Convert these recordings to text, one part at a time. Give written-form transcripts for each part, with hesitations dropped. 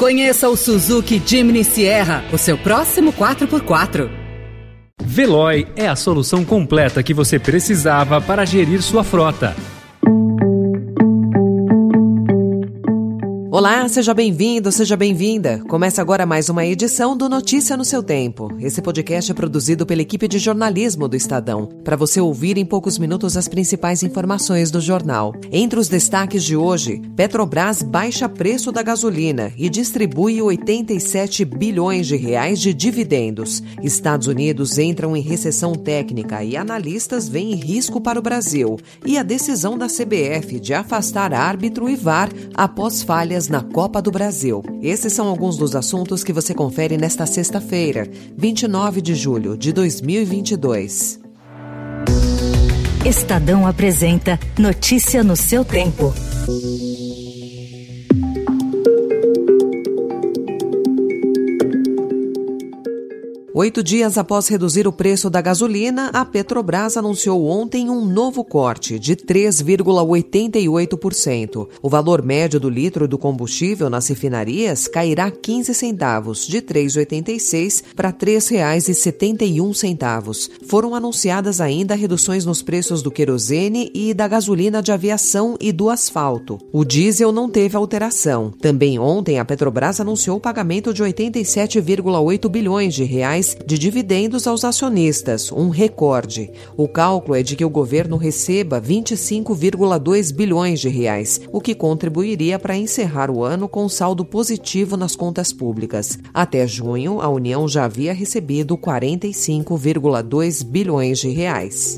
Conheça o Suzuki Jimny Sierra, o seu próximo 4x4. Veloy é a solução completa que você precisava para gerir sua frota. Olá, seja bem-vindo, seja bem-vinda. Começa agora mais uma edição do Notícia no seu Tempo. Esse podcast é produzido pela equipe de jornalismo do Estadão, para você ouvir em poucos minutos as principais informações do jornal. Entre os destaques de hoje, Petrobras baixa preço da gasolina e distribui 87 bilhões de reais de dividendos. Estados Unidos entram em recessão técnica e analistas veem risco para o Brasil. E a decisão da CBF de afastar árbitro e VAR após falhas na Copa do Brasil. Esses são alguns dos assuntos que você confere nesta sexta-feira, 29 de julho de 2022. Estadão apresenta Notícia no seu tempo. 8 dias após reduzir o preço da gasolina, a Petrobras anunciou ontem um novo corte de 3,88%. O valor médio do litro do combustível nas refinarias cairá 15 centavos, de R$ 3,86 para R$ 3,71. Foram anunciadas ainda reduções nos preços do querosene e da gasolina de aviação e do asfalto. O diesel não teve alteração. Também ontem, a Petrobras anunciou o pagamento de 87,8 bilhões de reais de dividendos aos acionistas, um recorde. O cálculo é de que o governo receba 25,2 bilhões de reais, o que contribuiria para encerrar o ano com saldo positivo nas contas públicas. Até junho, a União já havia recebido 45,2 bilhões de reais.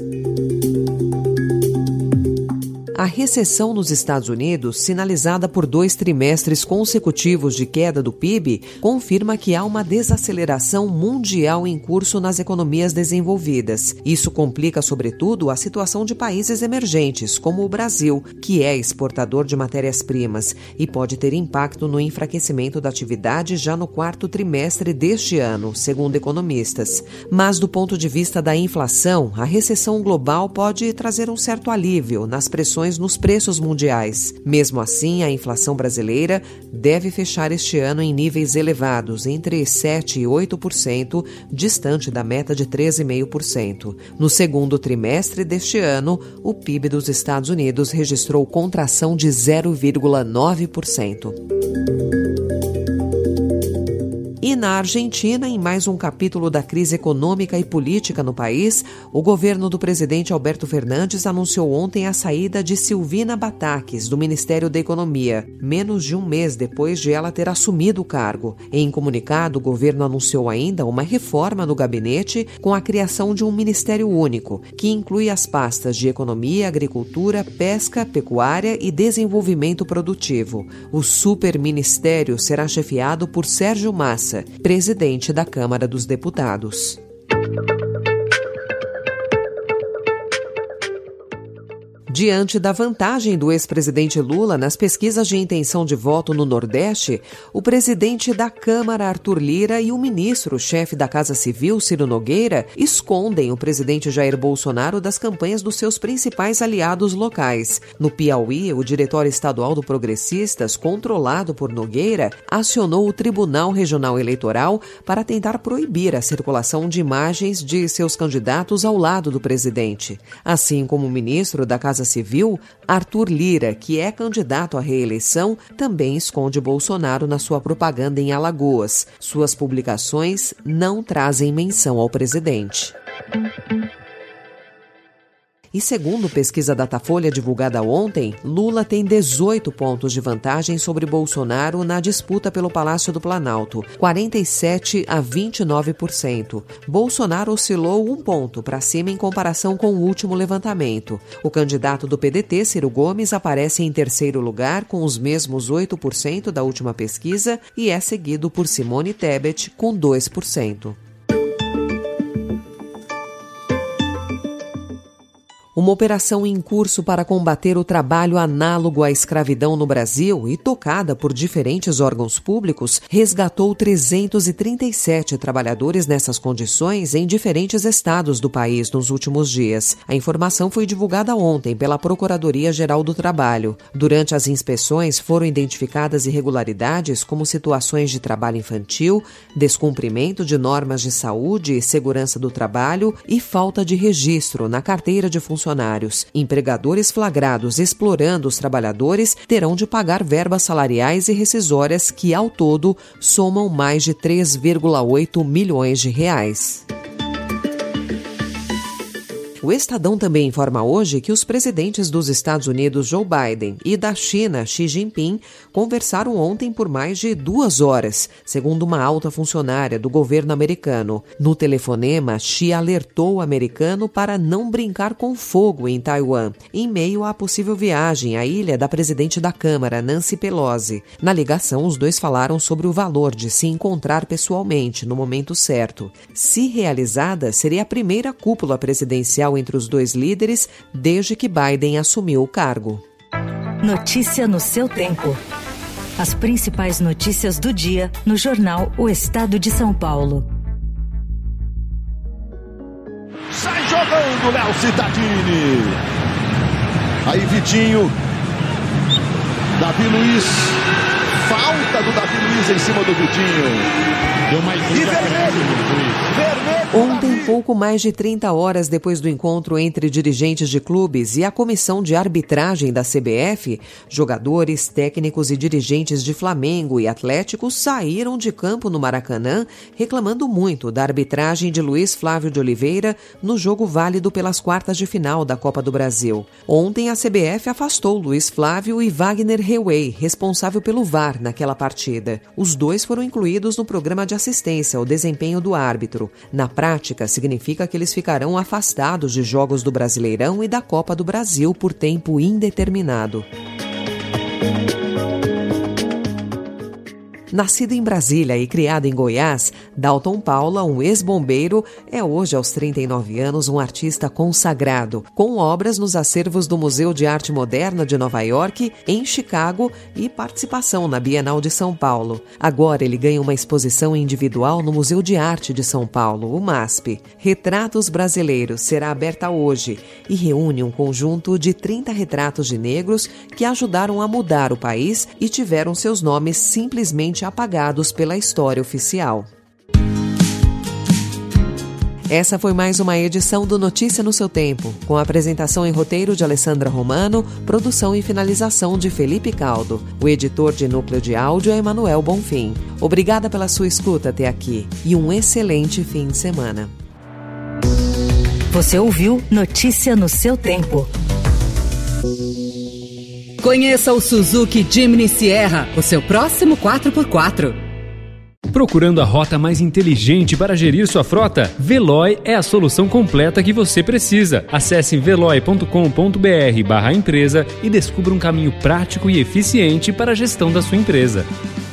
A recessão nos Estados Unidos, sinalizada por 2 trimestres consecutivos de queda do PIB, confirma que há uma desaceleração mundial em curso nas economias desenvolvidas. Isso complica, sobretudo, a situação de países emergentes, como o Brasil, que é exportador de matérias-primas, e pode ter impacto no enfraquecimento da atividade já no 4º trimestre deste ano, segundo economistas. Mas, do ponto de vista da inflação, a recessão global pode trazer um certo alívio nas pressões nos preços mundiais. Mesmo assim, a inflação brasileira deve fechar este ano em níveis elevados, entre 7% e 8%, distante da meta de 13,5%. No 2º trimestre deste ano, o PIB dos Estados Unidos registrou contração de 0,9%. E na Argentina, em mais um capítulo da crise econômica e política no país, o governo do presidente Alberto Fernandes anunciou ontem a saída de Silvina Batakis, do Ministério da Economia, menos de um mês depois de ela ter assumido o cargo. Em comunicado, o governo anunciou ainda uma reforma no gabinete com a criação de um ministério único, que inclui as pastas de Economia, Agricultura, Pesca, Pecuária e Desenvolvimento Produtivo. O superministério será chefiado por Sérgio Massa, presidente da Câmara dos Deputados. Diante da vantagem do ex-presidente Lula nas pesquisas de intenção de voto no Nordeste, o presidente da Câmara, Arthur Lira, e o ministro-chefe da Casa Civil, Ciro Nogueira, escondem o presidente Jair Bolsonaro das campanhas dos seus principais aliados locais. No Piauí, o Diretório Estadual do Progressistas, controlado por Nogueira, acionou o Tribunal Regional Eleitoral para tentar proibir a circulação de imagens de seus candidatos ao lado do presidente. Assim como o ministro da Casa Civil, Arthur Lira, que é candidato à reeleição, também esconde Bolsonaro na sua propaganda em Alagoas. Suas publicações não trazem menção ao presidente. E segundo pesquisa Datafolha divulgada ontem, Lula tem 18 pontos de vantagem sobre Bolsonaro na disputa pelo Palácio do Planalto, 47% a 29%. Bolsonaro oscilou 1 ponto para cima em comparação com o último levantamento. O candidato do PDT, Ciro Gomes, aparece em terceiro lugar com os mesmos 8% da última pesquisa e é seguido por Simone Tebet com 2%. Uma operação em curso para combater o trabalho análogo à escravidão no Brasil e tocada por diferentes órgãos públicos resgatou 337 trabalhadores nessas condições em diferentes estados do país nos últimos dias. A informação foi divulgada ontem pela Procuradoria-Geral do Trabalho. Durante as inspeções foram identificadas irregularidades como situações de trabalho infantil, descumprimento de normas de saúde e segurança do trabalho e falta de registro na carteira de funcionários. Empregadores flagrados explorando os trabalhadores terão de pagar verbas salariais e rescisórias que, ao todo, somam mais de 3,8 milhões de reais. O Estadão também informa hoje que os presidentes dos Estados Unidos, Joe Biden, e da China, Xi Jinping, conversaram ontem por mais de 2 horas, segundo uma alta funcionária do governo americano. No telefonema, Xi alertou o americano para não brincar com fogo em Taiwan, em meio à possível viagem à ilha da presidente da Câmara, Nancy Pelosi. Na ligação, os dois falaram sobre o valor de se encontrar pessoalmente no momento certo. Se realizada, seria a primeira cúpula presidencial entre os dois líderes desde que Biden assumiu o cargo. Notícia no seu tempo. As principais notícias do dia no jornal O Estado de São Paulo. Sai jogando, Léo Cittadini. Aí Vitinho. Davi Luiz. Falta do Davi Luiz em cima do Vitinho. Deu mais e vermelho. Ontem, pouco mais de 30 horas depois do encontro entre dirigentes de clubes e a comissão de arbitragem da CBF, jogadores, técnicos e dirigentes de Flamengo e Atlético saíram de campo no Maracanã reclamando muito da arbitragem de Luiz Flávio de Oliveira no jogo válido pelas quartas de final da Copa do Brasil. Ontem, a CBF afastou Luiz Flávio e Wagner Rewey, responsável pelo VAR naquela partida. Os dois foram incluídos no programa de assistência ao desempenho do árbitro. Na prática, significa que eles ficarão afastados de jogos do Brasileirão e da Copa do Brasil por tempo indeterminado. Nascido em Brasília e criado em Goiás, Dalton Paula, um ex-bombeiro, é hoje, aos 39 anos, um artista consagrado, com obras nos acervos do Museu de Arte Moderna de Nova York, em Chicago e participação na Bienal de São Paulo. Agora ele ganha uma exposição individual no Museu de Arte de São Paulo, o MASP. Retratos Brasileiros será aberta hoje e reúne um conjunto de 30 retratos de negros que ajudaram a mudar o país e tiveram seus nomes simplesmente apagados pela história oficial. Essa foi mais uma edição do Notícia no seu Tempo, com a apresentação e roteiro de Alessandra Romano, produção e finalização de Felipe Caldo. O editor de núcleo de áudio é Emanuel Bonfim. Obrigada pela sua escuta até aqui e um excelente fim de semana. Você ouviu Notícia no seu Tempo. Conheça o Suzuki Jimny Sierra, o seu próximo 4x4. Procurando a rota mais inteligente para gerir sua frota? Veloy é a solução completa que você precisa. Acesse veloy.com.br/empresa e descubra um caminho prático e eficiente para a gestão da sua empresa.